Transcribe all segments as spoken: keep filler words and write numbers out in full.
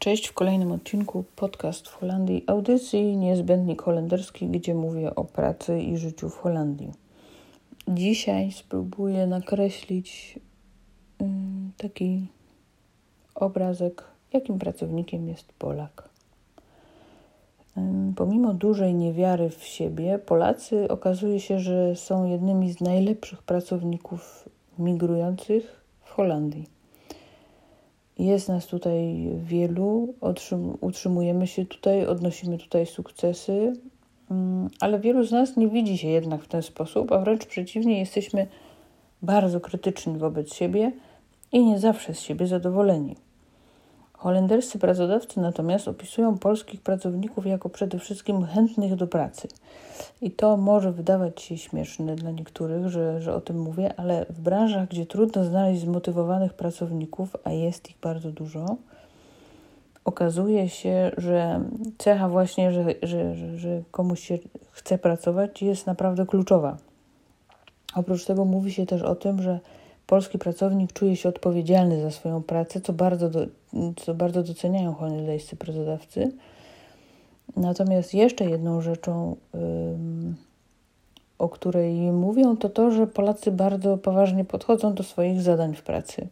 Cześć, w kolejnym odcinku podcast w Holandii, audycji Niezbędnik Holenderski, gdzie mówię o pracy i życiu w Holandii. Dzisiaj spróbuję nakreślić um, taki obrazek, jakim pracownikiem jest Polak. Um, pomimo dużej niewiary w siebie, Polacy okazuje się, że są jednymi z najlepszych pracowników migrujących w Holandii. Jest nas tutaj wielu, utrzymujemy się tutaj, odnosimy tutaj sukcesy, ale wielu z nas nie widzi się jednak w ten sposób, a wręcz przeciwnie, jesteśmy bardzo krytyczni wobec siebie i nie zawsze z siebie zadowoleni. Holenderscy pracodawcy natomiast opisują polskich pracowników jako przede wszystkim chętnych do pracy. I to może wydawać się śmieszne dla niektórych, że, że o tym mówię, ale w branżach, gdzie trudno znaleźć zmotywowanych pracowników, a jest ich bardzo dużo, okazuje się, że cecha właśnie, że, że, że, że komuś się chce pracować, jest naprawdę kluczowa. Oprócz tego mówi się też o tym, że polski pracownik czuje się odpowiedzialny za swoją pracę, co bardzo, do, co bardzo doceniają holenderscy pracodawcy. Natomiast jeszcze jedną rzeczą, ym, o której mówią, to to, że Polacy bardzo poważnie podchodzą do swoich zadań w pracy.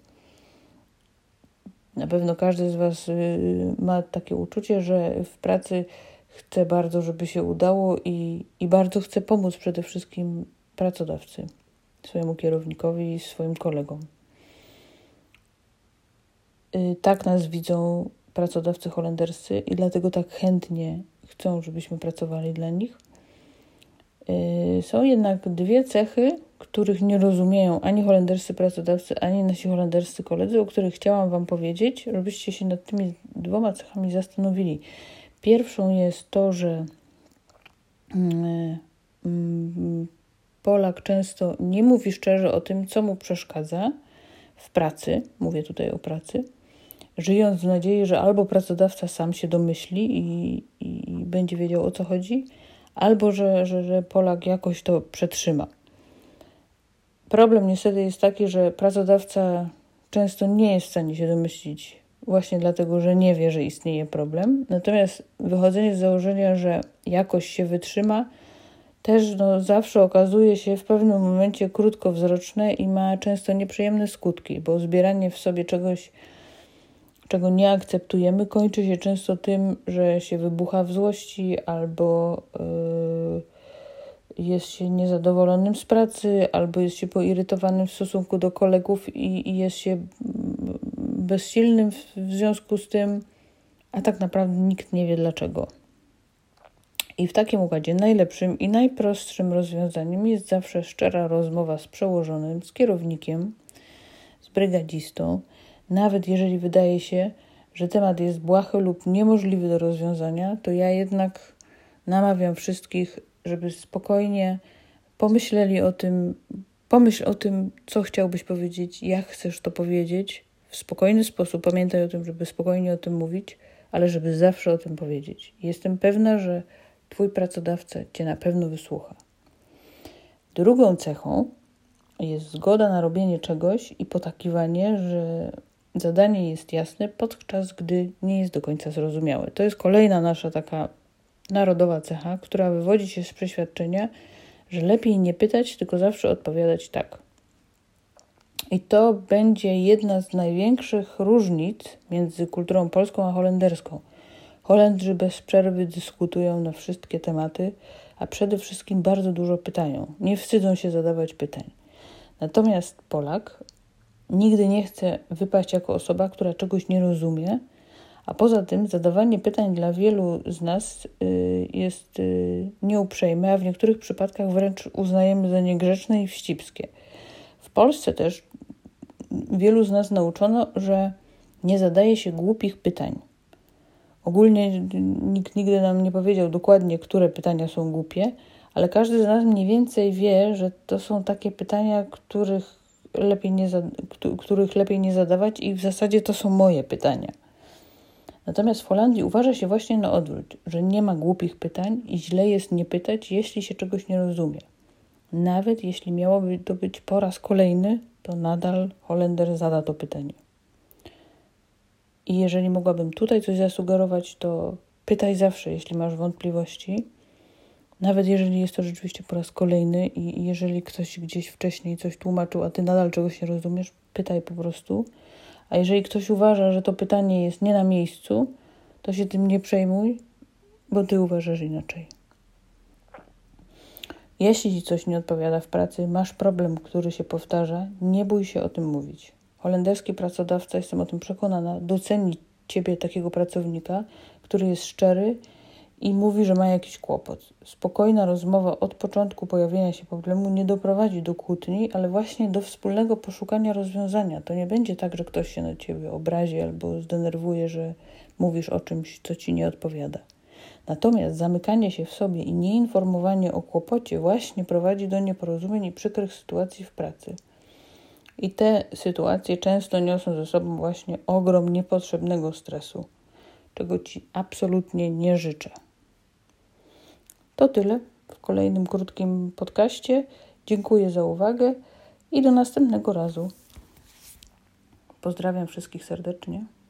Na pewno każdy z Was y, ma takie uczucie, że w pracy chce bardzo, żeby się udało i, i bardzo chce pomóc przede wszystkim pracodawcy, swojemu kierownikowi i swoim kolegom. Y, tak nas widzą pracodawcy holenderscy i dlatego tak chętnie chcą, żebyśmy pracowali dla nich. Yy, są jednak dwie cechy, których nie rozumieją ani holenderscy pracodawcy, ani nasi holenderscy koledzy, o których chciałam Wam powiedzieć, żebyście się nad tymi dwoma cechami zastanowili. Pierwszą jest to, że yy, yy, Polak często nie mówi szczerze o tym, co mu przeszkadza w pracy, mówię tutaj o pracy, żyjąc w nadziei, że albo pracodawca sam się domyśli i, i, i będzie wiedział, o co chodzi, albo że, że, że Polak jakoś to przetrzyma. Problem niestety jest taki, że pracodawca często nie jest w stanie się domyślić właśnie dlatego, że nie wie, że istnieje problem. Natomiast wychodzenie z założenia, że jakoś się wytrzyma, też no, zawsze okazuje się w pewnym momencie krótkowzroczne i ma często nieprzyjemne skutki, bo zbieranie w sobie czegoś, czego nie akceptujemy, kończy się często tym, że się wybucha w złości albo yy, jest się niezadowolonym z pracy, albo jest się poirytowanym w stosunku do kolegów i, i jest się bezsilnym w, w związku z tym, a tak naprawdę nikt nie wie dlaczego. I w takim układzie najlepszym i najprostszym rozwiązaniem jest zawsze szczera rozmowa z przełożonym, z kierownikiem, z brygadzistą, nawet jeżeli wydaje się, że temat jest błahy lub niemożliwy do rozwiązania, to ja jednak namawiam wszystkich, żeby spokojnie pomyśleli o tym, pomyśl o tym, co chciałbyś powiedzieć, jak chcesz to powiedzieć, w spokojny sposób. Pamiętaj o tym, żeby spokojnie o tym mówić, ale żeby zawsze o tym powiedzieć. Jestem pewna, że Twój pracodawca Cię na pewno wysłucha. Drugą cechą jest zgoda na robienie czegoś i potakiwanie, że zadanie jest jasne, podczas gdy nie jest do końca zrozumiałe. To jest kolejna nasza taka narodowa cecha, która wywodzi się z przeświadczenia, że lepiej nie pytać, tylko zawsze odpowiadać tak. I to będzie jedna z największych różnic między kulturą polską a holenderską. Holendrzy bez przerwy dyskutują na wszystkie tematy, a przede wszystkim bardzo dużo pytają. Nie wstydzą się zadawać pytań. Natomiast Polak nigdy nie chce wypaść jako osoba, która czegoś nie rozumie, a poza tym zadawanie pytań dla wielu z nas y, jest y, nieuprzejme, a w niektórych przypadkach wręcz uznajemy za niegrzeczne i wścibskie. W Polsce też wielu z nas nauczono, że nie zadaje się głupich pytań. Ogólnie nikt nigdy nam nie powiedział dokładnie, które pytania są głupie, ale każdy z nas mniej więcej wie, że to są takie pytania, których lepiej nie, których lepiej nie zadawać i w zasadzie to są moje pytania. Natomiast w Holandii uważa się właśnie na odwrót, że nie ma głupich pytań i źle jest nie pytać, jeśli się czegoś nie rozumie. Nawet jeśli miałoby to być po raz kolejny, to nadal Holender zada to pytanie. I jeżeli mogłabym tutaj coś zasugerować, to pytaj zawsze, jeśli masz wątpliwości. Nawet jeżeli jest to rzeczywiście po raz kolejny i jeżeli ktoś gdzieś wcześniej coś tłumaczył, a ty nadal czegoś nie rozumiesz, pytaj po prostu. A jeżeli ktoś uważa, że to pytanie jest nie na miejscu, to się tym nie przejmuj, bo ty uważasz inaczej. Jeśli ci coś nie odpowiada w pracy, masz problem, który się powtarza, nie bój się o tym mówić. Holenderski pracodawca, jestem o tym przekonana, doceni ciebie, takiego pracownika, który jest szczery i mówi, że ma jakiś kłopot. Spokojna rozmowa od początku pojawienia się problemu nie doprowadzi do kłótni, ale właśnie do wspólnego poszukania rozwiązania. To nie będzie tak, że ktoś się na ciebie obrazi albo zdenerwuje, że mówisz o czymś, co ci nie odpowiada. Natomiast zamykanie się w sobie i nieinformowanie o kłopocie właśnie prowadzi do nieporozumień i przykrych sytuacji w pracy. I te sytuacje często niosą ze sobą właśnie ogrom niepotrzebnego stresu, czego ci absolutnie nie życzę. To tyle w kolejnym krótkim podcaście. Dziękuję za uwagę i do następnego razu. Pozdrawiam wszystkich serdecznie.